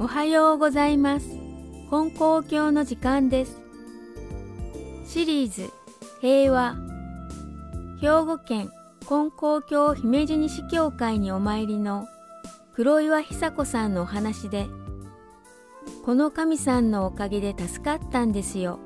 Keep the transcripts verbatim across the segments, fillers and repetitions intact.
はようございます。金光教の時間です。シリーズ平和、兵庫県金光教姫路西教会にお参りの黒岩久子さんのお話で、この神さんのおかげで助かったんですよ。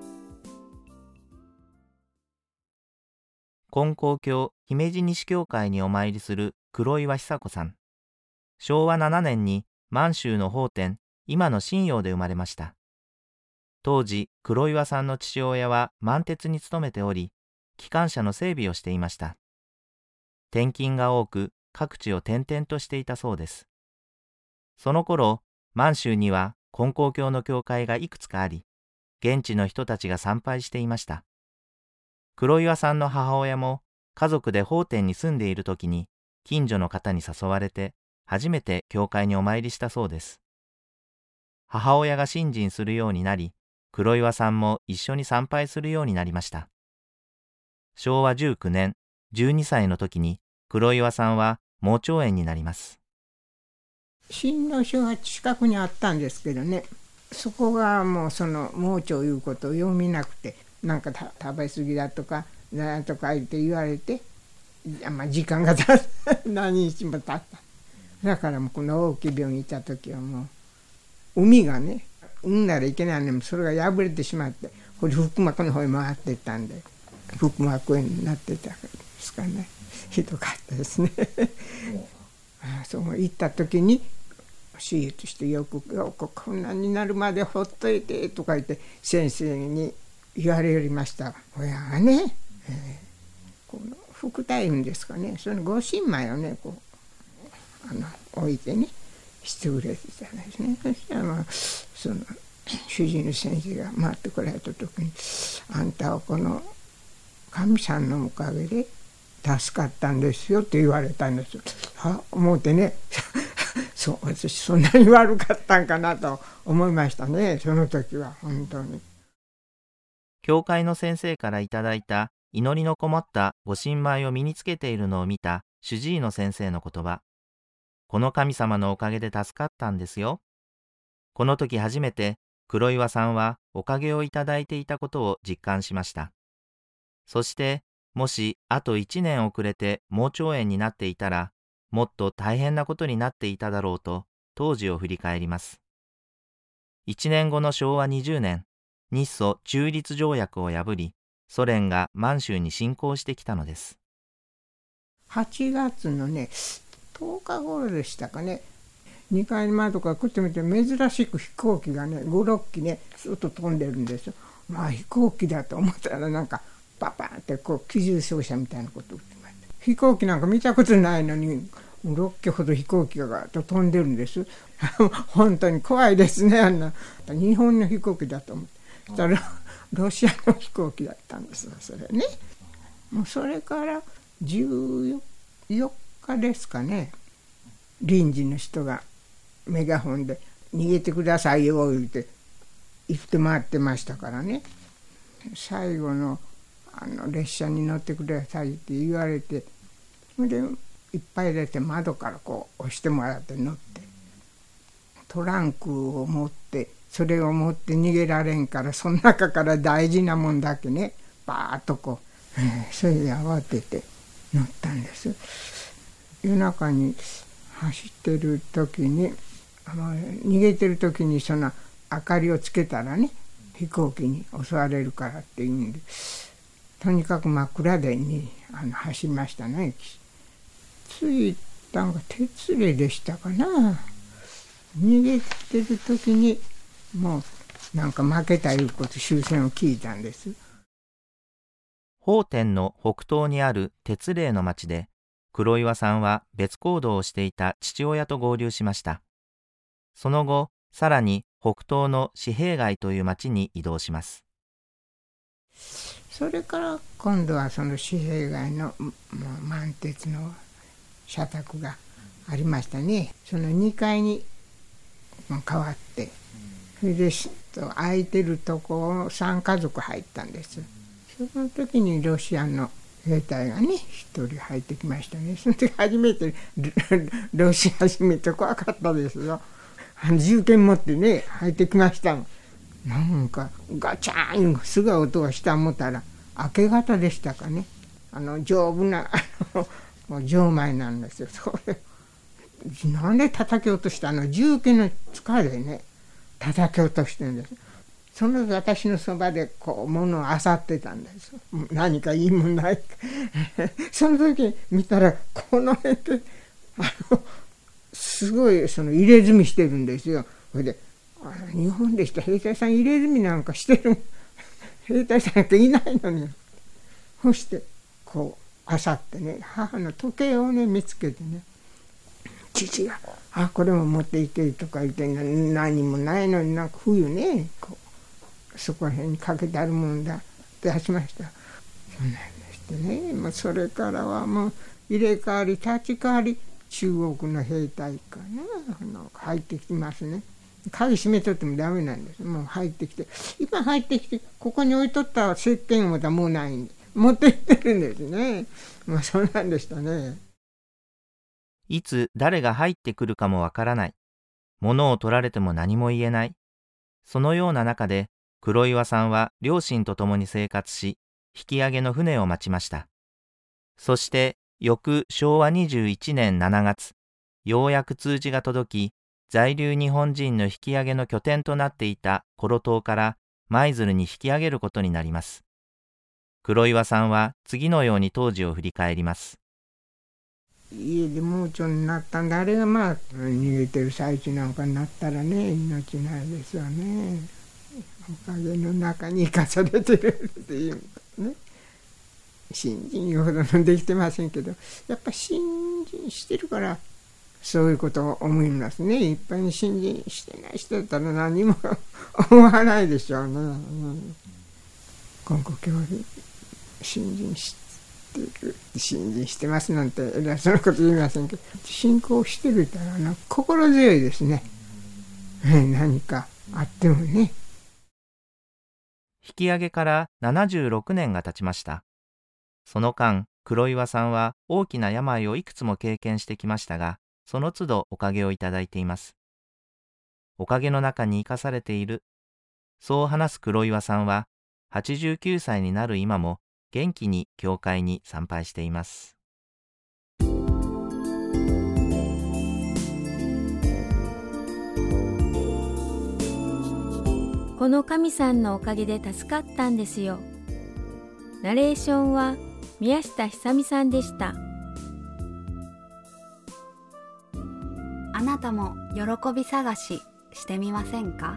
金光教姫路西教会にお参りする黒岩久子さん。しょうわななねんに満州の法典、今の信陽で生まれました。当時、黒岩さんの父親は満鉄に勤めており、機関車の整備をしていました。転勤が多く、各地を転々としていたそうです。その頃、満州には金光教の教会がいくつかあり、現地の人たちが参拝していました。黒岩さんの母親も家族で法典に住んでいる時に近所の方に誘われて初めて教会にお参りしたそうです。母親が信心するようになり、黒岩さんも一緒に参拝するようになりました。しょうわじゅうきゅうねん、じゅうにさいの時に黒岩さんは盲腸炎になります。 診療所が近くにあったんですけどね、そこがもうその盲腸いうことを読みなくて、なんか食べ過ぎだとかなんとか言って言われて、まあ、時間がた何日も経った。だからもうこの大きい病院にいた時はもう海がね、産んだらいけないのにそれが破れてしまって、これ腹膜の方に回っていったんで腹膜炎になってたからですかね。ひどかったですねあそう行った時に手術してよくよくこんなになるまでほっといてとか言って先生に言われよりました。親がね、えー、この副大夫ですかね、そのご新米をねこうあの置いてねしてくれてたんですね。そしたらまあその主治医の先生が回ってこられた時に、あんたはこの神さんのおかげで助かったんですよって言われたんですよ。は思ってねそう、私そんなに悪かったんかなと思いましたね、その時は本当に。 教会の先生からいただいた祈りのこもったご神米を身につけているのを見た主治医の先生の言葉。この神様のおかげで助かったんですよ。この時初めて黒岩さんはおかげをいただいていたことを実感しました。そしてもしあといちねん遅れて盲腸炎になっていたら、もっと大変なことになっていただろうと当時を振り返ります。いちねんごのしょうわにじゅうねん、日ソ中立条約を破り、ソ連が満州に侵攻してきたのです。 はちがつのねとおか頃でしたかね、にかいの窓からこっち見て珍しく飛行機がねご、ろっきねずっと飛んでるんですよ。まあ飛行機だと思ったらなんかパパンってこう機銃掃射みたいなことを言ってました。飛行機なんか見たことないのにろっきほど飛行機がガーッと飛んでるんです本当に怖いですね。あんな日本の飛行機だと思って、そしたらロシアの飛行機だったんですよ、それね。もうそれからじゅうよっかですかね、臨時の人がメガホンで逃げてくださいよ言って言って回ってましたからね。最後のあの列車に乗ってくださいって言われて、それでいっぱい出て窓からこう押してもらって乗って、トランクを持ってそれを持って逃げられんから、その中から大事なもんだけねバーッとこう、えー、それで慌てて乗ったんです。夜中に走ってる時に、逃げてる時にその明かりをつけたらね飛行機に襲われるからっていうんで、とにかく真っ暗でにあの走りましたね。着いたのが鉄レでしたかな。逃げてる時にもうなんか負けたいうこと終戦を聞いたんです。 法典の北東にある鉄嶺の町で、黒岩さんは別行動をしていた父親と合流しました。その後、さらに北東の四平街という町に移動します。 それから今度はその四平街の満鉄の社宅がありましたね。そのにかいに変わって、それで空いてるとこをさんかぞく入ったんです。その時にロシアの兵隊がね一人入ってきましたね。その時初めてロシア人見て怖かったですよ。 あの銃剣持ってね入ってきました。なんかガチャーンすごい音がした思ったら明け方でしたかね。あの丈夫なあの錠前なんですよ。それなんで叩き落としたの？銃剣の使いでね叩き落としてるんです。その私のそばでこう物を漁ってたんです。何かいいもんないかその時見たらこの辺であのすごいその入れ墨してるんですよ。それであの日本でした兵隊さん入れ墨なんかしてる兵隊さんなんかいないのに、そしてこう漁ってね母の時計をね見つけてね、父が「あこれも持っていけ」とか言って何もないのになんか冬ねこうそこら辺にかけてあるもんだって出しました。そうなんでしてね、もうそれからはもう入れ替わり立ち替わり中国の兵隊かなあの入ってきますね。鍵閉めとってもダメなんです。もう入ってきて今入ってきてここに置いとった石鹸をまたもうないんで持って行ってるんですね。まあそうなんでしたね。 いつ誰が入ってくるかもわからない。物を取られても何も言えない。そのような中で黒岩さんは両親と共に生活し、引き上げの船を待ちました。そして翌しょうわにじゅういちねんしちがつ、ようやく通知が届き、在留日本人の引き上げの拠点となっていたコロ島から舞鶴に引き上げることになります。黒岩さんは次のように当時を振り返ります。 家で盲腸になったんで、あれがまあ逃げてる最中なんかになったらね命ないですよね。おかげの中に生かされてるっていうね。信心よほどのできてませんけど、やっぱ信心してるからそういうことを思いますね。いっぱいに信心してない人だったら何も思わないでしょうね。うん、今後教理信心してる信心してますなんて偉そうなこと言いませんけど、信仰してるからな心強いですね。何かあってもね。 引き上げからななじゅうろくねんが経ちました。その間、黒岩さんは大きな病をいくつも経験してきましたが、その都度おかげをいただいています。おかげの中に生かされている。そう話す黒岩さんは、はちじゅうきゅうさいになる今も元気に教会に参拝しています。 この神さんのおかげで助かったんですよ。ナレーションは宮下久美さんでした。 あなたも喜び探ししてみませんか？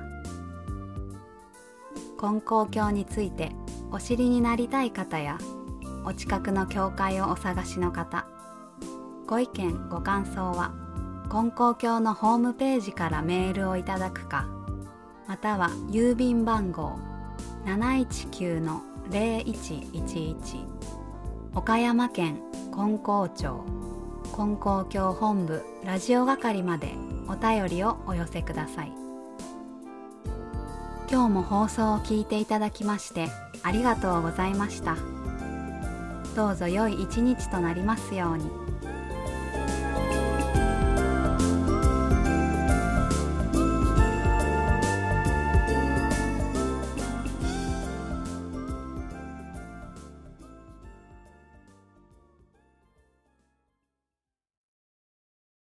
金光教についてお知りになりたい方や、お近くの教会をお探しの方、ご意見ご感想は金光教のホームページからメールをいただくか、または郵便番号 なないちきゅうのぜろいちいちいち 岡山県金光町金光教本部ラジオ係までお便りをお寄せください。今日も放送を聞いていただきましてありがとうございました。どうぞ良い一日となりますように。